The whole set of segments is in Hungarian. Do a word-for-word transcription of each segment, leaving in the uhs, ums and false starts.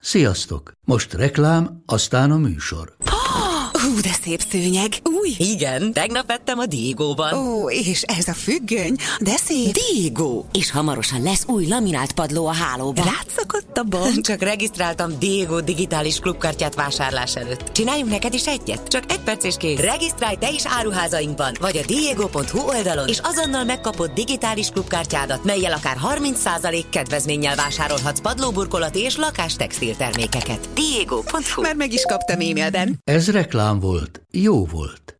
Sziasztok! Most reklám, aztán a műsor. Hú, de szép szőnyeg. Új? Igen, tegnap vettem a Diegóban. Ó, és ez a függöny, de szép. Diegó! És hamarosan lesz új laminált padló a hálóban. Rátszakadt a bank. Csak regisztráltam Diegó digitális klubkártyát vásárlás előtt. Csináljunk neked is egyet? Csak egy perc és kész. Regisztrálj te is áruházainkban, vagy a diego pont hu oldalon, és azonnal megkapod digitális klubkártyádat, mellyel akár harminc százalék kedvezménnyel vásárolhatsz padlóburkolati és lakástextil termékeket. diego pont hu. Már meg is kaptam e-mailben. Ez reklám volt, jó volt.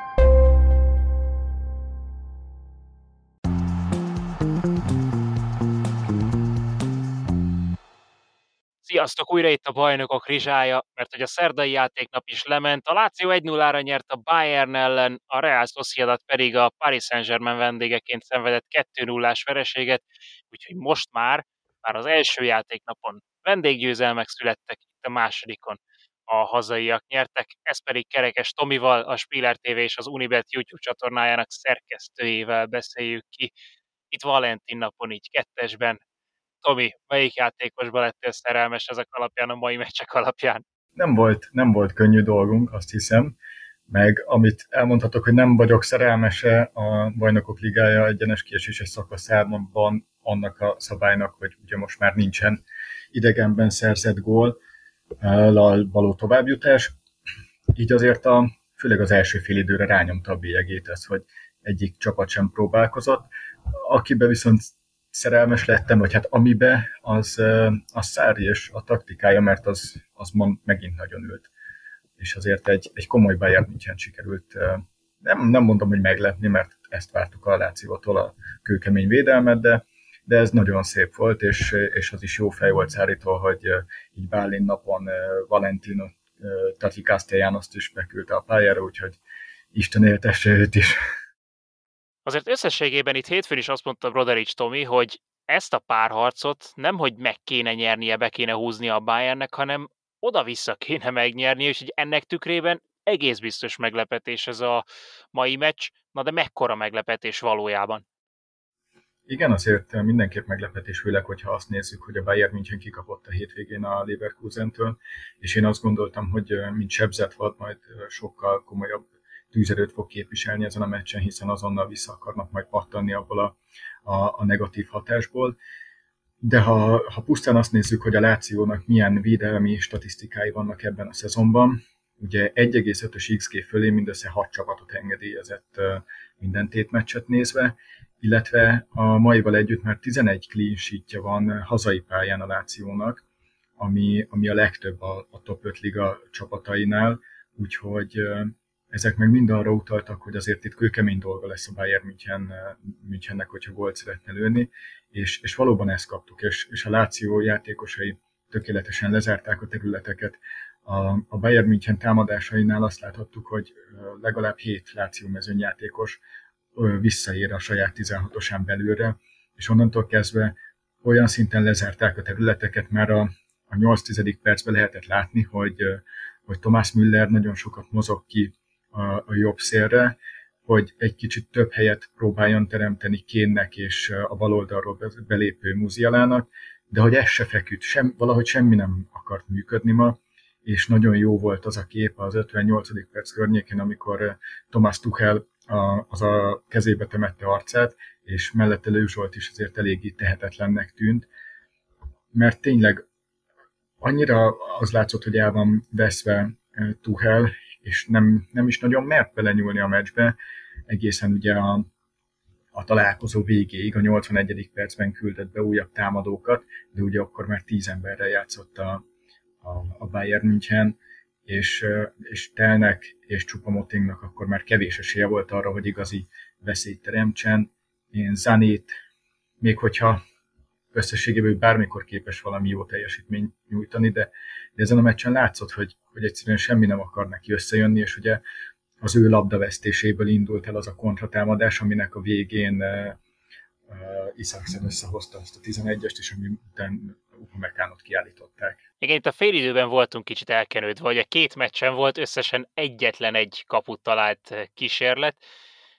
Sziasztok, újra itt a Bajnokok Rizsája, mert hogy a szerdai játéknap is lement, a Lazio egy nulla nyert a Bayern ellen, a Real Sociedad pedig a Paris Saint-Germain vendégeként szenvedett kettő nulla vereséget, úgyhogy most már, már az első játéknapon vendéggyőzelmek születtek, itt a másodikon a hazaiak nyertek, ez pedig Kerekes Tomival, a Spiller té vé és az Unibet YouTube csatornájának szerkesztőjével beszéljük ki. Itt Valentin napon így kettesben. Tomi, melyik játékosban lettél szerelmes ezek alapján, a mai meccsek alapján? Nem volt, nem volt könnyű dolgunk, azt hiszem, meg amit elmondhatok, hogy nem vagyok szerelmese a Bajnokok Ligája egyenes kieséses szakaszában annak a szabálynak, hogy ugye most már nincsen idegenben szerzett gól való továbbjutás. Így azért a, főleg az első fél időre rányomta a bélyegét ez, hogy egyik csapat sem próbálkozott. Akiben viszont szerelmes lettem, vagy hát amibe, az, az Sarri és a taktikája, mert az, az megint nagyon ült. És azért egy, egy komoly Bayern München sikerült, nem, nem mondom, hogy meglepni, mert ezt vártuk a Lációtól, a kőkemény védelmet, de, de ez nagyon szép volt, és, és az is jó fej volt Sarritól, hogy így Bálin napon Valentino Tati Castellanost is beküldte a pályára, úgyhogy Isten éltesse őt is. Azért összességében itt hétfőn is azt mondta Broderics Tomi, hogy ezt a párharcot nemhogy meg kéne nyernie, be kéne húznia a Bayernnek, hanem oda-vissza kéne megnyernie, és így ennek tükrében egész biztos meglepetés ez a mai meccs. Na de mekkora meglepetés valójában? Igen, azért mindenképp meglepetés, főleg, hogyha azt nézzük, hogy a Bayern München kikapott a hétvégén a Leverkusentől, és én azt gondoltam, hogy mint sebzett vad, majd sokkal komolyabb tűzerőt fog képviselni ezen a meccsen, hiszen azonnal vissza akarnak majd pattanni abból a, a, a negatív hatásból. De ha, ha pusztán azt nézzük, hogy a Lációnak milyen védelmi statisztikái vannak ebben a szezonban, ugye egy egész ötös iksz gé fölé mindössze hat csapatot engedélyezett minden tétmeccset nézve, illetve a maival együtt már tizenegy clean sheetje van hazai pályán a Lációnak, ami, ami a legtöbb a, a top öt liga csapatainál, úgyhogy ezek meg mind arra utaltak, hogy azért itt kőkemény dolga lesz a Bayern München, Münchennek, hogyha gólt szeretne lőni, és, és valóban ezt kaptuk, és, és a Lazio játékosai tökéletesen lezárták a területeket. A, a Bayern München támadásainál azt láthattuk, hogy legalább hét Lazio mezőnyjátékos visszaér a saját tizenhatosán belülre, és onnantól kezdve olyan szinten lezárták a területeket, már a, a nyolc percben lehetett látni, hogy, hogy Thomas Müller nagyon sokat mozog ki a, a jobb szélre, hogy egy kicsit több helyet próbáljon teremteni Kénnek és a bal oldalról belépő Musialának, de hogy ez se feküdt, sem, valahogy semmi nem akart működni ma, és nagyon jó volt az a kép az ötvennyolcadik perc környékén, amikor Thomas Tuchel a, az a kezébe temette arcát, és mellette Lő Zsolt is azért eléggé tehetetlennek tűnt, mert tényleg annyira az látszott, hogy el van veszve Tuchel, és nem, nem is nagyon mert belenyúlni a meccsbe, egészen ugye a, a találkozó végéig, a nyolcvanegyedik percben küldött be újabb támadókat, de ugye akkor már tíz emberrel játszott a, a, a Bayern München, és, és Telnek és Choupo-Motingnak akkor már kevés esélye volt arra, hogy igazi veszélyt teremtsen. Én Zanét, még hogyha összességében bármikor képes valami jó teljesítményt nyújtani, de, de ezen a meccsen látszott, hogy, hogy egyszerűen semmi nem akar neki összejönni, és ugye az ő labdavesztéséből indult el az a kontratámadás, aminek a végén uh, uh, Isaksen összehozta azt a tizenegyest, és ami után Upamecánot kiállították. Igen, itt a félidőben voltunk kicsit elkenődve, hogy a két meccsen volt összesen egyetlen egy kaput talált kísérlet,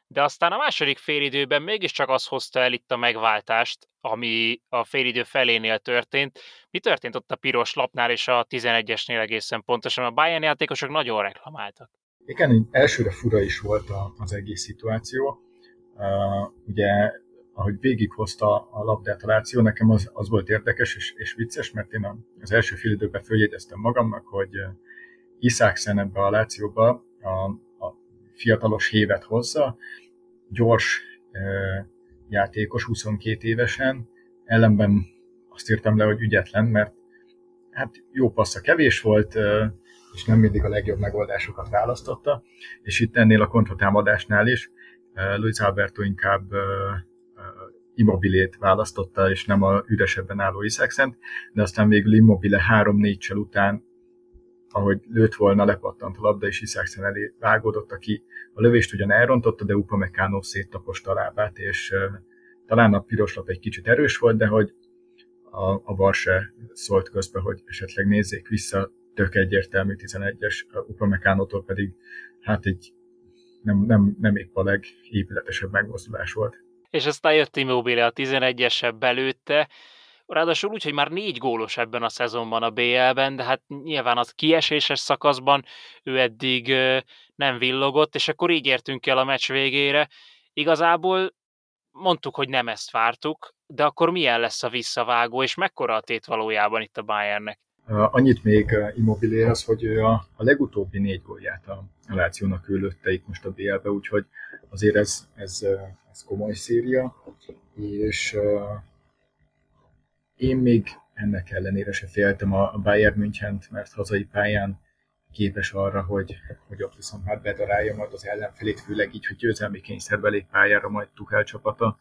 de aztán a második félidőben mégiscsak az hozta el itt a megváltást, ami a félidő felénél történt. Mi történt ott a piros lapnál és a tizenegyesnél egészen pontosan? A Bayern játékosok nagyon reklamáltak. Igen, elsőre fura is volt az egész szituáció. Uh, ugye, ahogy végighozta a labdát a Láció, nekem az, az volt érdekes és, és vicces, mert én az első fél időben följegyeztem magamnak, hogy Isaksen ebbe a Lációba a, a fiatalos hévet hozza, gyors uh, játékos, huszonkét évesen, ellenben azt írtam le, hogy ügyetlen, mert hát jó passza kevés volt, uh, és nem mindig a legjobb megoldásokat választotta, és itt ennél a kontratámadásnál is Luis Alberto inkább uh, uh, Immobilét választotta, és nem a üresebben álló Isaksent, de aztán végül Immobile három-négy csel után, ahogy lőtt volna, lepattant a labda, és Isaksen elé vágódott, aki a lövést ugyan elrontotta, de Upamecano széttaposta a lábát, és uh, talán a piros lap egy kicsit erős volt, de hogy a, a bar se szólt közben, hogy esetleg nézzék vissza, tök egyértelmű tizenegyes, Upamecánótól pedig hát egy nem, nem, nem épp a legépületesebb megmozdulás volt. És aztán jött Immobile, a tizenegyesebb belőtte, ráadásul úgy, hogy már négy gólos ebben a szezonban a bé el-ben, de hát nyilván az kieséses szakaszban ő eddig nem villogott, és akkor így értünk el a meccs végére. Igazából mondtuk, hogy nem ezt vártuk, de akkor milyen lesz a visszavágó, és mekkora a tét valójában itt a Bayernnek? Annyit még Immobiléhez, hogy ő a, a legutóbbi négy gólját a, a Lációnak ő lőtte itt most a bé el-be, úgyhogy azért ez, ez, ez komoly széria, és uh, én még ennek ellenére se féltem a Bayern Münchent, mert hazai pályán képes arra, hogy, hogy ott viszont hát bedarálja majd az ellenfelét, főleg így, hogy győzelmi kényszerbe lép pályára majd Tuchel csapata.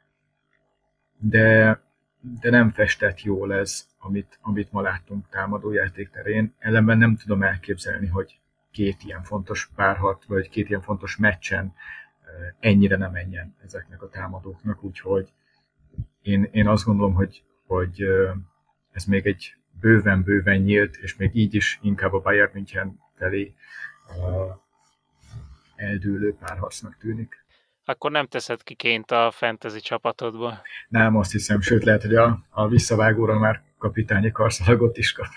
De, de nem festett jól ez, amit, amit ma láttunk támadójáték terén. Ellenben nem tudom elképzelni, hogy két ilyen fontos párharc, vagy két ilyen fontos meccsen ennyire nem menjen ezeknek a támadóknak, úgyhogy én, én azt gondolom, hogy, hogy ez még egy bőven-bőven nyílt, és még így is inkább a Bayern München felé eldőlő párharcnak tűnik. Akkor nem teszed ki ként a fantasy csapatodból? Nem, azt hiszem, sőt lehet, hogy a, a visszavágóra már kapitányi karszalagot is kap.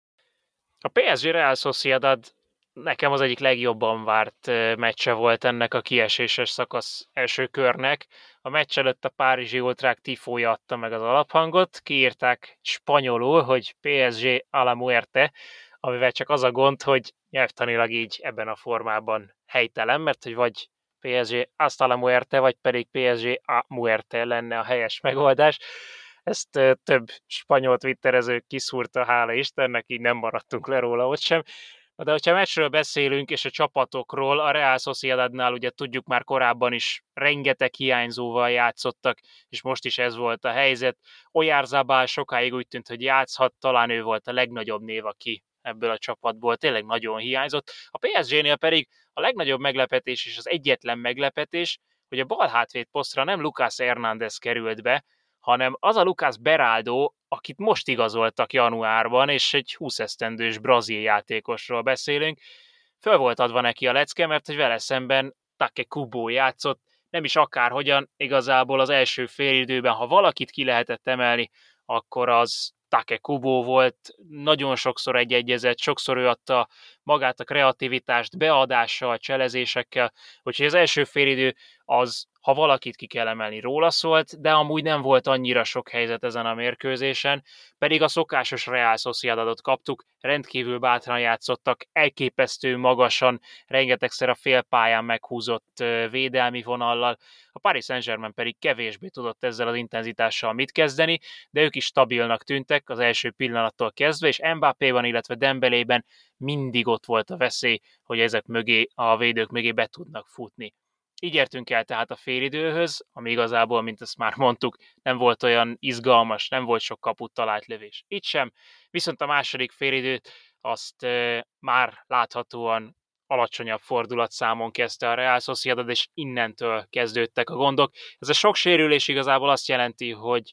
A pé es gé Real Sociedad nekem az egyik legjobban várt meccse volt ennek a kieséses szakasz első körnek. A meccs előtt a párizsi ultrák tifója adta meg az alaphangot, kiírták spanyolul, hogy pé es gé a la muerte, amivel csak az a gond, hogy nyelvtanilag így ebben a formában helytelen, mert hogy vagy pé es gé hasta la muerte, vagy pedig pé es gé a muerte lenne a helyes megoldás. Ezt több spanyol twitterező kiszúrta, hála Istennek, így nem maradtunk le róla ott sem. De hogyha meccsről beszélünk, és a csapatokról, a Real Sociedadnál ugye tudjuk már korábban is rengeteg hiányzóval játszottak, és most is ez volt a helyzet. Oyarzabal sokáig úgy tűnt, hogy játszhat, talán ő volt a legnagyobb név, aki ebből a csapatból tényleg nagyon hiányzott. A pé es génél pedig a legnagyobb meglepetés és az egyetlen meglepetés, hogy a bal hátvéd posztra nem Lucas Hernández került be, hanem az a Lucas Beraldo, akit most igazoltak januárban, és egy húsz esztendős brazil játékosról beszélünk. Föl volt adva neki a lecke, mert hogy vele szemben Take Kubo játszott, nem is akárhogyan, igazából az első félidőben, ha valakit ki lehetett emelni, akkor az Take Kubo volt, nagyon sokszor egyegyezett, sokszor ő adta magát a kreativitást beadással, cselezésekkel, úgyhogy az első félidő az, ha valakit ki kell emelni, róla szólt, de amúgy nem volt annyira sok helyzet ezen a mérkőzésen, pedig a szokásos Real Sociedadot kaptuk, rendkívül bátran játszottak, elképesztő magasan, rengetegszer a félpályán meghúzott védelmi vonallal, a Paris Saint-Germain pedig kevésbé tudott ezzel az intenzitással mit kezdeni, de ők is stabilnak tűntek az első pillanattól kezdve, és Mbappéban, illetve Dembélében mindig ott volt a veszély, hogy ezek mögé, a védők mögé be tudnak futni. Így értünk el tehát a félidőhöz, ami igazából, mint ezt már mondtuk, nem volt olyan izgalmas, nem volt sok kaput talált lövés. Itt sem, viszont a második félidőt azt e, már láthatóan alacsonyabb fordulatszámon kezdte a Real Sociedad, és innentől kezdődtek a gondok. Ez a sok sérülés igazából azt jelenti, hogy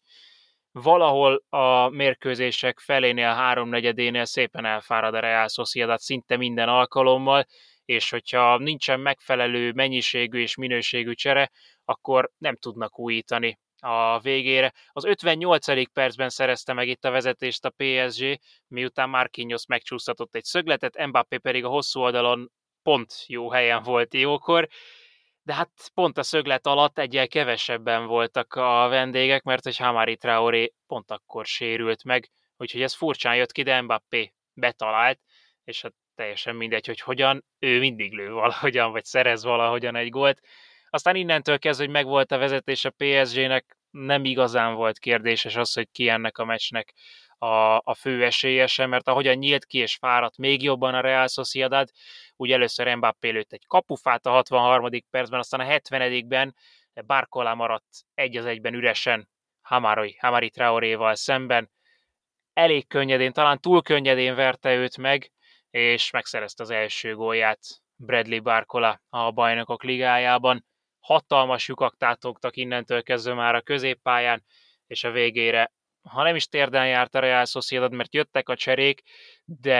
valahol a mérkőzések felénél, háromnegyedénél szépen elfárad a Real Sociedad szinte minden alkalommal, és hogyha nincsen megfelelő mennyiségű és minőségű csere, akkor nem tudnak újítani a végére. Az ötvennyolcadik percben szerezte meg itt a vezetést a pé es gé, miután Marquinhos megcsúsztatott egy szögletet, Mbappé pedig a hosszú oldalon pont jó helyen volt jókor, de hát pont a szöglet alatt egyel kevesebben voltak a vendégek, mert hogy Hamari Traoré pont akkor sérült meg, úgyhogy ez furcsán jött ki, de Mbappé betalált, és hát teljesen mindegy, hogy hogyan, ő mindig lő valahogyan, vagy szerez valahogyan egy gólt. Aztán innentől kezdve, hogy megvolt a vezetés a pé es gének, nem igazán volt kérdéses az, hogy ki ennek a meccsnek a, a fő esélyese, mert ahogyan nyílt ki és fáradt még jobban a Real Sociedad, úgy először Mbappé lőtt egy kapufát a hatvanharmadik percben, aztán a hetvenedikben Barcola maradt egy az egyben üresen Hamari, Hamari Traoréval szemben. Elég könnyedén, talán túl könnyedén verte őt meg, és megszerezte az első gólját Bradley Barcola a Bajnokok Ligájában. Hatalmas lyukak tátogtak innentől kezdve már a középpályán, és a végére, ha nem is térden járt a Real Sociedad, mert jöttek a cserék, de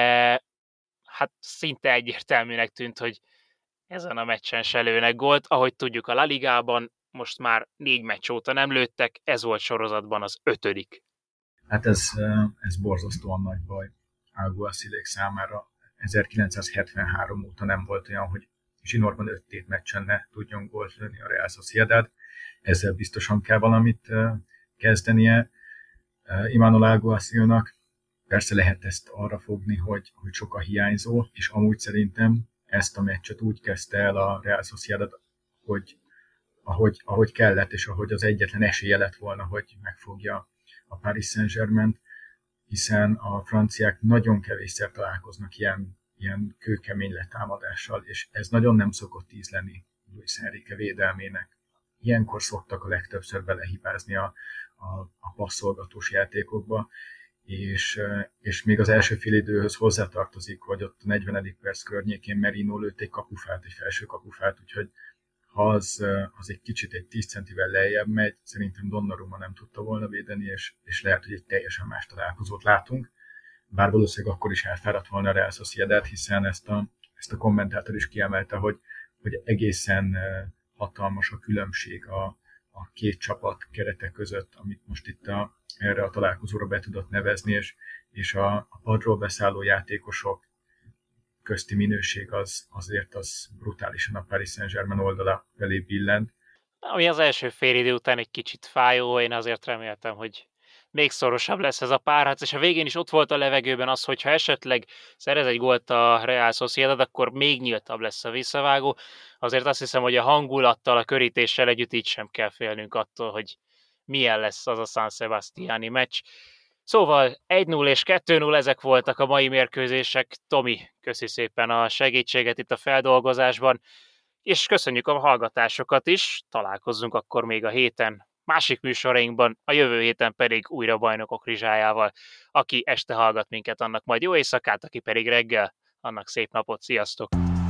hát szinte egyértelműnek tűnt, hogy ezen a meccsen se lőnek gólt. Ahogy tudjuk, a La Ligában most már négy meccs óta nem lőttek, ez volt sorozatban az ötödik. Hát ez, ez borzasztóan nagy baj Alguacilék számára. ezerkilencszázhetvenhárom óta nem volt olyan, hogy zsinórban öt tét meccsen ne tudjon gólt lőni a Real Sociedad. Ezzel biztosan kell valamit kezdenie Imanol Alguacilnak. Persze lehet ezt arra fogni, hogy, hogy sok a hiányzó, és amúgy szerintem ezt a meccset úgy kezdte el a Real Sociedad, hogy ahogy, ahogy kellett, és ahogy az egyetlen esélye lett volna, hogy megfogja a Paris Saint-Germaint, hiszen a franciák nagyon kevésszer találkoznak ilyen, ilyen kőkemény letámadással, és ez nagyon nem szokott íz lenni Luis Enrique védelmének. Ilyenkor szoktak a legtöbbször belehibázni a, a, a passzolgatós játékokba, és, és még az első fél időhöz hozzátartozik, hogy ott a negyvenedik perc környékén Merino lőtt egy kapufát, egy felső kapufát, úgyhogy ha az, az egy kicsit egy tíz centivel lejjebb megy, szerintem Donnarumma nem tudta volna védeni, és, és lehet, hogy egy teljesen más találkozót látunk. Bár valószínűleg akkor is elfáradt volna a Real Sociedad, hiszen ezt a, ezt a kommentátor is kiemelte, hogy, hogy egészen hatalmas a különbség a, a két csapat kerete között, amit most itt a, erre a találkozóra be tudott nevezni, és, és a, a padról beszálló játékosok közti minőség az, azért az brutálisan a Paris Saint-Germain oldala felé billent. Ami az első félidő után egy kicsit fájó, én azért reméltem, hogy még szorosabb lesz ez a párharc, és a végén is ott volt a levegőben az, hogyha esetleg szerez egy gólt a Real Sociedad, akkor még nyíltabb lesz a visszavágó. Azért azt hiszem, hogy a hangulattal, a körítéssel együtt így sem kell félnünk attól, hogy milyen lesz az a San Sebastiani meccs. Szóval egy null és kettő null ezek voltak a mai mérkőzések. Tomi, köszi szépen a segítséget itt a feldolgozásban, és köszönjük a hallgatásokat is. Találkozzunk akkor még a héten másik műsorainkban, a jövő héten pedig újra Bajnokok Rizsájával. Aki este hallgat minket, annak majd jó éjszakát, aki pedig reggel, annak szép napot. Sziasztok!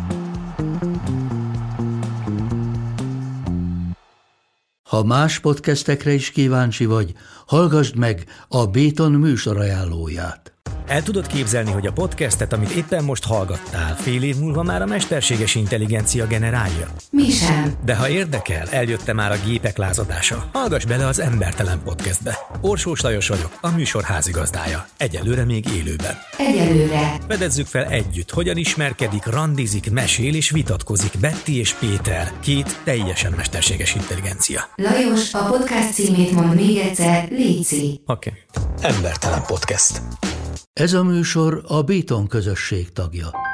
Ha más podcastekre is kíváncsi vagy, hallgassd meg a Béton műsor ajánlóját. El tudod képzelni, hogy a podcastet, amit éppen most hallgattál, fél év múlva már a mesterséges intelligencia generálja? Mi sem. De ha érdekel, eljött már a gépek lázadása. Hallgass bele az Embertelen Podcastbe. Orsós Lajos vagyok, a műsor házigazdája. Egyelőre még élőben. Egyelőre. Fedezzük fel együtt, hogyan ismerkedik, randizik, mesél és vitatkozik Betty és Péter, két teljesen mesterséges intelligencia. Lajos, a podcast címét mond még egyszer, léci. Oké. Okay. Embertelen Podcast. Ez a műsor a Béton közösség tagja.